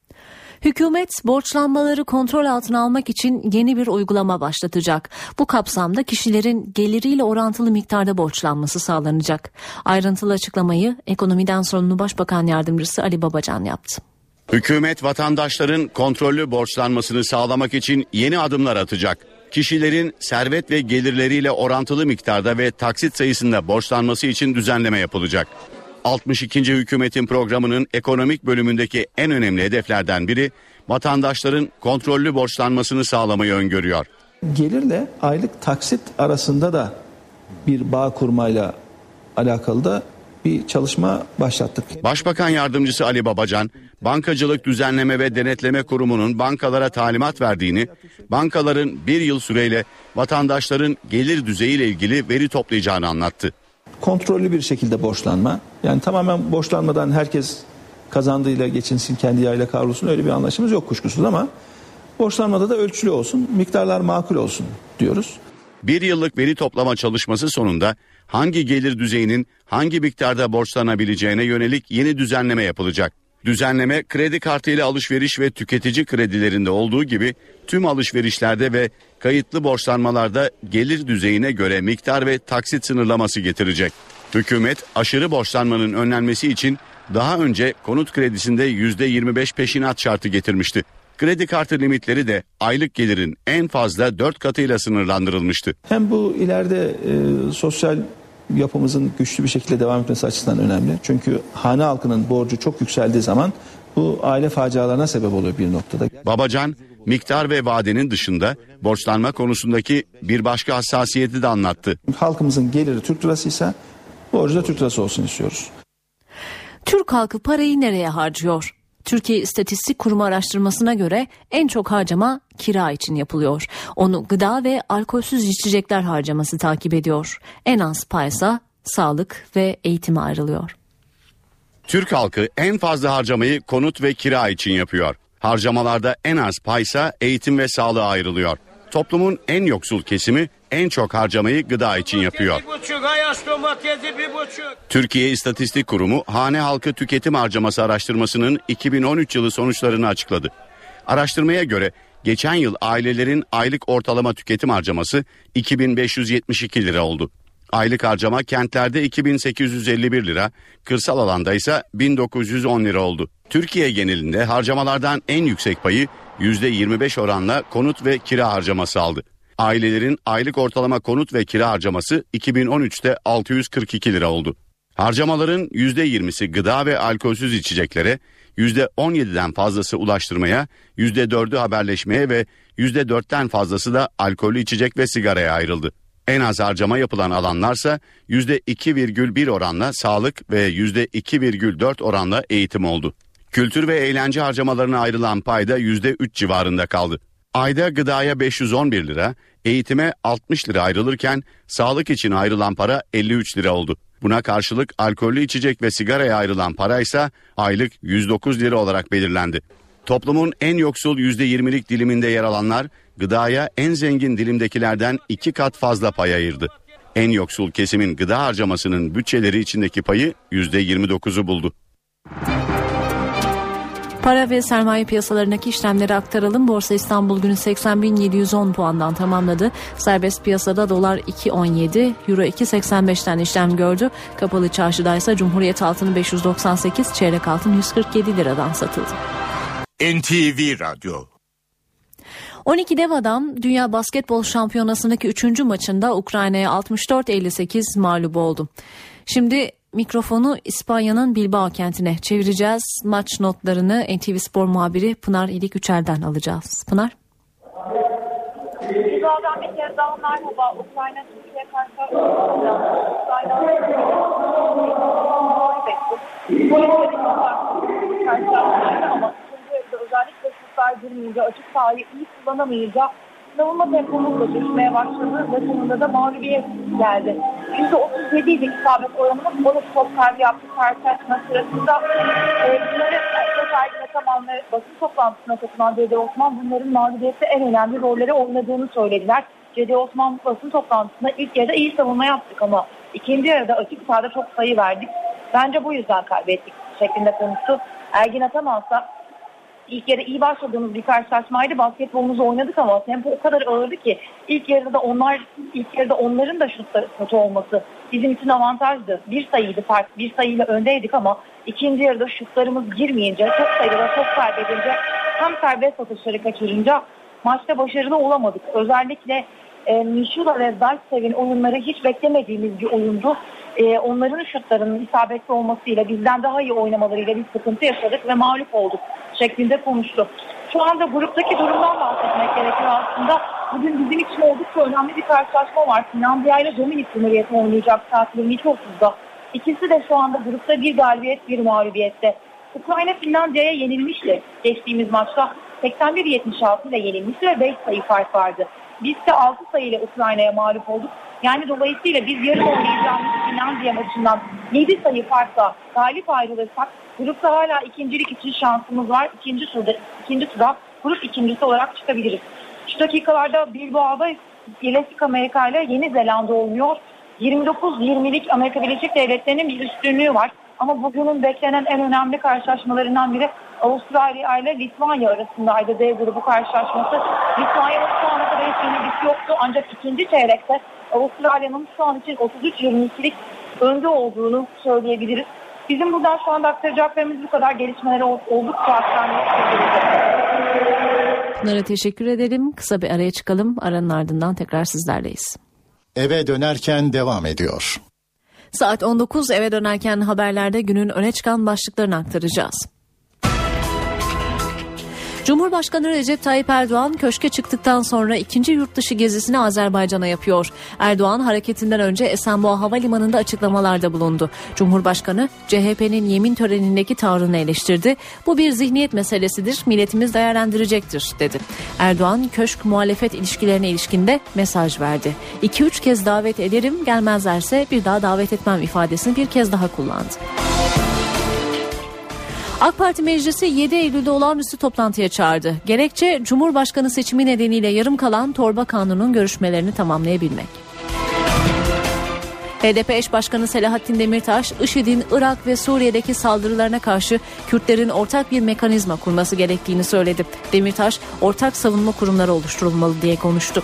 Hükümet borçlanmaları kontrol altına almak için yeni bir uygulama başlatacak. Bu kapsamda kişilerin geliriyle orantılı miktarda borçlanması sağlanacak. Ayrıntılı açıklamayı Ekonomiden Sorumlu Başbakan Yardımcısı Ali Babacan yaptı. Hükümet vatandaşların kontrollü borçlanmasını sağlamak için yeni adımlar atacak. Kişilerin servet ve gelirleriyle orantılı miktarda ve taksit sayısında borçlanması için düzenleme yapılacak. altmış ikinci hükümetin programının ekonomik bölümündeki en önemli hedeflerden biri vatandaşların kontrollü borçlanmasını sağlamayı öngörüyor. Gelirle aylık taksit arasında da bir bağ kurmayla alakalı da bir çalışma başlattık. Başbakan Yardımcısı Ali Babacan, Bankacılık Düzenleme ve Denetleme Kurumu'nun bankalara talimat verdiğini, bankaların bir yıl süreyle vatandaşların gelir düzeyiyle ilgili veri toplayacağını anlattı. Kontrollü bir şekilde borçlanma, yani tamamen borçlanmadan herkes kazandığıyla geçinsin, kendi yağıyla kavrulsun, öyle bir anlaşımız yok kuşkusuz, ama Borçlanmada da ölçülü olsun, miktarlar makul olsun diyoruz. Bir yıllık veri toplama çalışması sonunda hangi gelir düzeyinin hangi miktarda borçlanabileceğine yönelik yeni düzenleme yapılacak. Düzenleme kredi kartıyla alışveriş ve tüketici kredilerinde olduğu gibi tüm alışverişlerde ve kayıtlı borçlanmalarda gelir düzeyine göre miktar ve taksit sınırlaması getirecek. Hükümet aşırı borçlanmanın önlenmesi için daha önce konut kredisinde yüzde yirmi beş peşinat şartı getirmişti. Kredi kartı limitleri de aylık gelirin en fazla dört katıyla sınırlandırılmıştı. Hem bu ileride e, sosyal yapımızın güçlü bir şekilde devam etmesi açısından önemli. Çünkü hane halkının borcu çok yükseldiği zaman bu aile facialarına sebep oluyor bir noktada. Babacan, miktar ve vadenin dışında borçlanma konusundaki bir başka hassasiyeti de anlattı. Halkımızın geliri Türk lirasıysa borcu da Türk lirası olsun istiyoruz. Türk halkı parayı nereye harcıyor? Türkiye İstatistik Kurumu araştırmasına göre en çok harcama kira için yapılıyor. Onu gıda ve alkolsüz içecekler harcaması takip ediyor. En az paysa sağlık ve eğitime ayrılıyor. Türk halkı en fazla harcamayı konut ve kira için yapıyor. Harcamalarda en az paysa eğitim ve sağlığa ayrılıyor. Toplumun en yoksul kesimi en çok harcamayı gıda için yapıyor. Türkiye İstatistik Kurumu hane halkı tüketim harcaması araştırmasının iki bin on üç yılı sonuçlarını açıkladı. Araştırmaya göre geçen yıl ailelerin aylık ortalama tüketim harcaması iki bin beş yüz yetmiş iki lira oldu. Aylık harcama kentlerde iki bin sekiz yüz elli bir lira, kırsal alanda ise bin dokuz yüz on lira oldu. Türkiye genelinde harcamalardan en yüksek payı yüzde yirmi beş oranla konut ve kira harcaması aldı. Ailelerin aylık ortalama konut ve kira harcaması iki bin on üçte altı yüz kırk iki lira oldu. Harcamaların yüzde yirmisi gıda ve alkolsüz içeceklere, yüzde on yediden fazlası ulaştırmaya, yüzde dördü haberleşmeye ve yüzde dörtten fazlası da alkollü içecek ve sigaraya ayrıldı. En az harcama yapılan alanlarsa yüzde iki virgül bir oranla sağlık ve yüzde iki virgül dört oranla eğitim oldu. Kültür ve eğlence harcamalarına ayrılan payda yüzde üç civarında kaldı. Ayda gıdaya beş yüz on bir lira, eğitime altmış lira ayrılırken sağlık için ayrılan para elli üç lira oldu. Buna karşılık alkollü içecek ve sigaraya ayrılan paraysa aylık yüz dokuz lira olarak belirlendi. Toplumun en yoksul yüzde yirmilik diliminde yer alanlar gıdaya en zengin dilimdekilerden iki kat fazla pay ayırdı. En yoksul kesimin gıda harcamasının bütçeleri içindeki payı yüzde yirmi dokuzu buldu. Para ve sermaye piyasalarındaki işlemleri aktaralım. Borsa İstanbul günü seksen bin yedi yüz on puandan tamamladı. Serbest piyasada dolar iki on yedi, euro iki seksen beşten işlem gördü. Kapalı çarşıda ise Cumhuriyet altını beş yüz doksan sekiz, çeyrek altın yüz kırk yedi liradan satıldı. N T V Radyo. on iki dev adam Dünya Basketbol Şampiyonası'ndaki üçüncü maçında Ukrayna'ya altmış dört elli sekiz mağlup oldu. Şimdi mikrofonu İspanya'nın Bilbao kentine çevireceğiz. Maç notlarını N T V Spor muhabiri Pınar İlik Üçer'den alacağız. Pınar. Bilbao'dan bir kez daha merhaba. Ukrayna Türkiye karşı ama özellikle şutlar girmeyince, açık sahayı iyi kullanamayınca savunma tempomuzla düşmeye başladı ve sonunda da mağlubiyet geldi. yüzde otuz yedi idi isabet oranımız. Balık top kaybı yaptı karşılaşma sırasında. E, bunları özellikle tamamları basın toplantısına katılan Cedi Osman bunların mağlubiyette en önemli rolleri oynadığını söylediler. Cedi Osman basın toplantısında ilk yarıda iyi savunma yaptık ama ikinci yarıda açık sahada çok sayı verdik. Bence bu yüzden kaybettik şeklinde konuştu. Ergin Ataman'sa İlk yarı iyi başladığımız bir karşılaşmaydı. Basketbolumuzu oynadık ama tempo o kadar ağırdı ki ilk yarıda da onlar ilk yarıda onların da şutları kötü olması bizim için avantajdı. Bir sayıydı fark. Bir sayıyla öndeydik ama ikinci yarıda şutlarımız girmeyince, çok sayıda çok kaybedince, tam serbest atışları kaçırınca maçta başarılı olamadık. Özellikle e, Mişula ve Zaytsev'in oyunları hiç beklemediğimiz bir oyundu. E, onların şutlarının isabetli olmasıyla bizden daha iyi oynamalarıyla bir sıkıntı yaşadık ve mağlup olduk şeklinde konuştu. Şu anda gruptaki durumdan bahsetmek gerekiyor aslında. Bugün bizim için oldukça önemli bir karşılaşma var. Finlandiya ile Dominik Cumhuriyeti oynayacak saat yirmi iki otuzda. İkisi de şu anda grupta bir galibiyet bir mağlubiyette. Ukrayna Finlandiya'ya yenilmişti geçtiğimiz maçta. seksen bir yetmiş altı ile yenilmişti ve beş sayı fark vardı. Biz de altı sayı ile Ukrayna'ya mağlup olduk. Yani dolayısıyla biz yarın oynayacağımız Finlandiya maçından yedi sayı farkla galip ayrılırsak grupta hala ikincilik için şansımız var. İkinci turda, ikinci turda kurup ikincisi olarak çıkabiliriz. Şu dakikalarda Bilbao'da Birleşik Amerika ile Yeni Zelanda oynuyor. yirmi dokuz yirmilik Amerika Birleşik Devletleri'nin bir üstünlüğü var. Ama bugünün beklenen en önemli karşılaşmalarından biri Avustralya ile Litvanya arasındaydı D grubu karşılaşması. Litvanya'nın şu ana kadar hiç yenilgisi yoktu ancak ikinci çeyrekte Avustralya'nın şu an için otuz üç yirmi ikilik önde olduğunu söyleyebiliriz. Bizim buradan şu anda aktaracaklarımız bu kadar. Gelişmeleri oldukça aktarmaya Pınar'a teşekkür ederim. Kısa bir araya çıkalım. Aranın ardından tekrar sizlerleyiz. Eve dönerken devam ediyor. Saat on dokuz, eve dönerken haberlerde günün öne çıkan başlıklarını aktaracağız. Cumhurbaşkanı Recep Tayyip Erdoğan köşke çıktıktan sonra ikinci yurt dışı gezisini Azerbaycan'a yapıyor. Erdoğan hareketinden önce Esenboğa Havalimanı'nda açıklamalarda bulundu. Cumhurbaşkanı C H P'nin yemin törenindeki tavrını eleştirdi. Bu bir zihniyet meselesidir, milletimiz değerlendirecektir dedi. Erdoğan köşk muhalefet ilişkilerine ilişkinde mesaj verdi. iki üç kez davet ederim, gelmezlerse bir daha davet etmem ifadesini bir kez daha kullandı. AK Parti Meclisi yedi Eylül'de olağanüstü toplantıya çağırdı. Gerekçe Cumhurbaşkanı seçimi nedeniyle yarım kalan torba kanunun görüşmelerini tamamlayabilmek. H D P eş başkanı Selahattin Demirtaş, IŞİD'in Irak ve Suriye'deki saldırılarına karşı Kürtlerin ortak bir mekanizma kurması gerektiğini söyledi. Demirtaş, ortak savunma kurumları oluşturulmalı diye konuştu.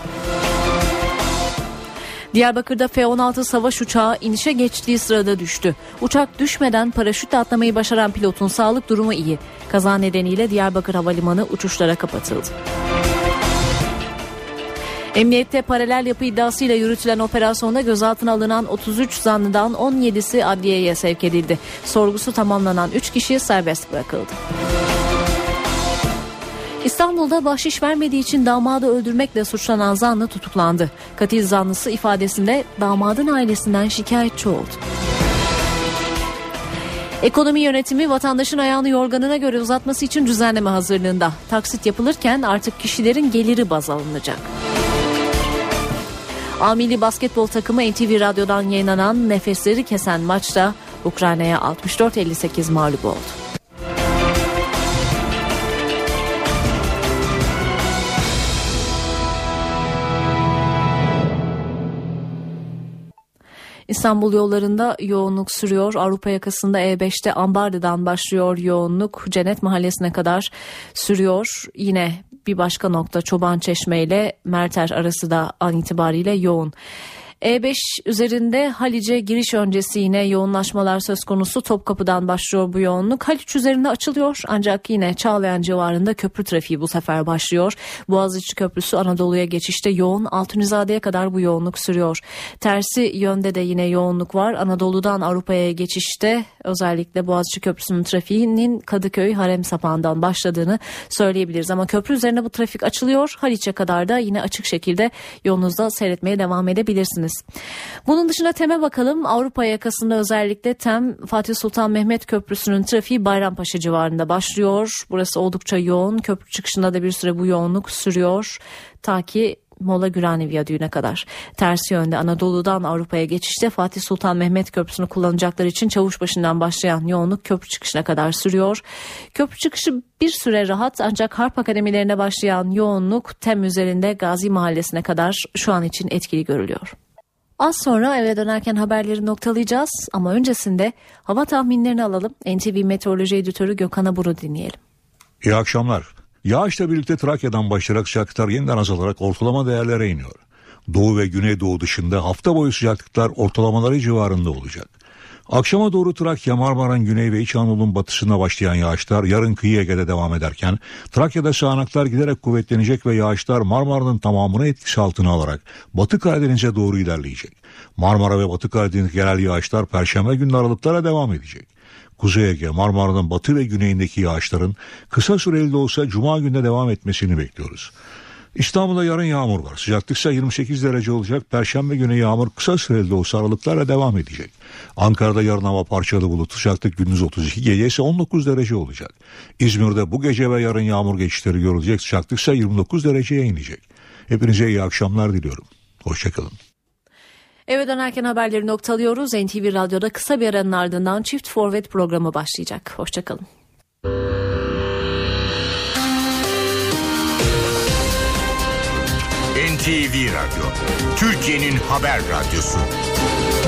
Diyarbakır'da F on altı savaş uçağı inişe geçtiği sırada düştü. Uçak düşmeden paraşütle atlamayı başaran pilotun sağlık durumu iyi. Kaza nedeniyle Diyarbakır Havalimanı uçuşlara kapatıldı. Emniyette paralel yapı iddiasıyla yürütülen operasyonda gözaltına alınan otuz üç zanlıdan on yedisi adliyeye sevk edildi. Sorgusu tamamlanan üç kişi serbest bırakıldı. İstanbul'da bahşiş vermediği için damadı öldürmekle suçlanan zanlı tutuklandı. Katil zanlısı ifadesinde damadın ailesinden şikayetçi oldu. Ekonomi yönetimi vatandaşın ayağını yorganına göre uzatması için düzenleme hazırlığında. Taksit yapılırken artık kişilerin geliri baz alınacak. A Milli Basketbol takımı N T V Radyo'dan yayınlanan nefesleri kesen maçta Ukrayna'ya altmış dört elli sekiz mağlup oldu. İstanbul yollarında yoğunluk sürüyor. Avrupa yakasında E beşte Ambarlı'dan başlıyor yoğunluk. Cennet Mahallesi'ne kadar sürüyor. Yine bir başka nokta Çobançeşme ile Merter arası da an itibariyle yoğun. E beş üzerinde Haliç'e giriş öncesi yine yoğunlaşmalar söz konusu. Topkapı'dan başlıyor bu yoğunluk. Haliç üzerinde açılıyor ancak yine Çağlayan civarında köprü trafiği bu sefer başlıyor. Boğaziçi Köprüsü Anadolu'ya geçişte yoğun. Altunizade'ye kadar bu yoğunluk sürüyor. Tersi yönde de yine yoğunluk var. Anadolu'dan Avrupa'ya geçişte özellikle Boğaziçi Köprüsü'nün trafiğinin Kadıköy Harem Sapağı'ndan başladığını söyleyebiliriz. Ama köprü üzerine bu trafik açılıyor. Haliç'e kadar da yine açık şekilde yolunuzda seyretmeye devam edebilirsiniz. Bunun dışında TEM'e bakalım. Avrupa yakasında özellikle TEM Fatih Sultan Mehmet Köprüsü'nün trafiği Bayrampaşa civarında başlıyor. Burası oldukça yoğun. Köprü çıkışında da bir süre bu yoğunluk sürüyor. Ta ki Molla Gürani Viyadüğü'ne kadar. Tersi yönde Anadolu'dan Avrupa'ya geçişte Fatih Sultan Mehmet Köprüsü'nü kullanacaklar için Çavuşbaşı'ndan başlayan yoğunluk köprü çıkışına kadar sürüyor. Köprü çıkışı bir süre rahat ancak Harp Akademilerine başlayan yoğunluk TEM üzerinde Gazi Mahallesi'ne kadar şu an için etkili görülüyor. Az sonra eve dönerken haberleri noktalayacağız ama öncesinde hava tahminlerini alalım. N T V Meteoroloji Editörü Gökhan Abur'u dinleyelim. İyi akşamlar. Yağışla birlikte Trakya'dan başlayarak sıcaklıklar yeniden azalarak ortalama değerlere iniyor. Doğu ve Güneydoğu dışında hafta boyu sıcaklıklar ortalamaları civarında olacak. Akşama doğru Trakya, Marmara'nın güney ve İç Anadolu'nun batısına başlayan yağışlar yarın kıyı Ege'de devam ederken Trakya'da sağanaklar giderek kuvvetlenecek ve yağışlar Marmara'nın tamamını etkisi altına alarak Batı Karadeniz'e doğru ilerleyecek. Marmara ve Batı Karadeniz genel yağışlar Perşembe günü aralıklara devam edecek. Kuzey Ege, Marmara'nın batı ve güneyindeki yağışların kısa süreli de olsa Cuma günde devam etmesini bekliyoruz. İstanbul'da yarın yağmur var. Sıcaklık ise yirmi sekiz derece olacak. Perşembe günü yağmur kısa süreli de olsa aralıklarla devam edecek. Ankara'da yarın hava parçalı bulut. Sıcaklık gündüz otuz iki, gece ise on dokuz derece olacak. İzmir'de bu gece ve yarın yağmur geçişleri görülecek. Sıcaklık ise yirmi dokuz dereceye inecek. Hepinize iyi akşamlar diliyorum. Hoşçakalın. Eve dönerken haberleri noktalıyoruz. N T V Radyo'da kısa bir aranın ardından Çift Forvet programı başlayacak. Hoşçakalın. N T V Radyo, Türkiye'nin haber radyosu.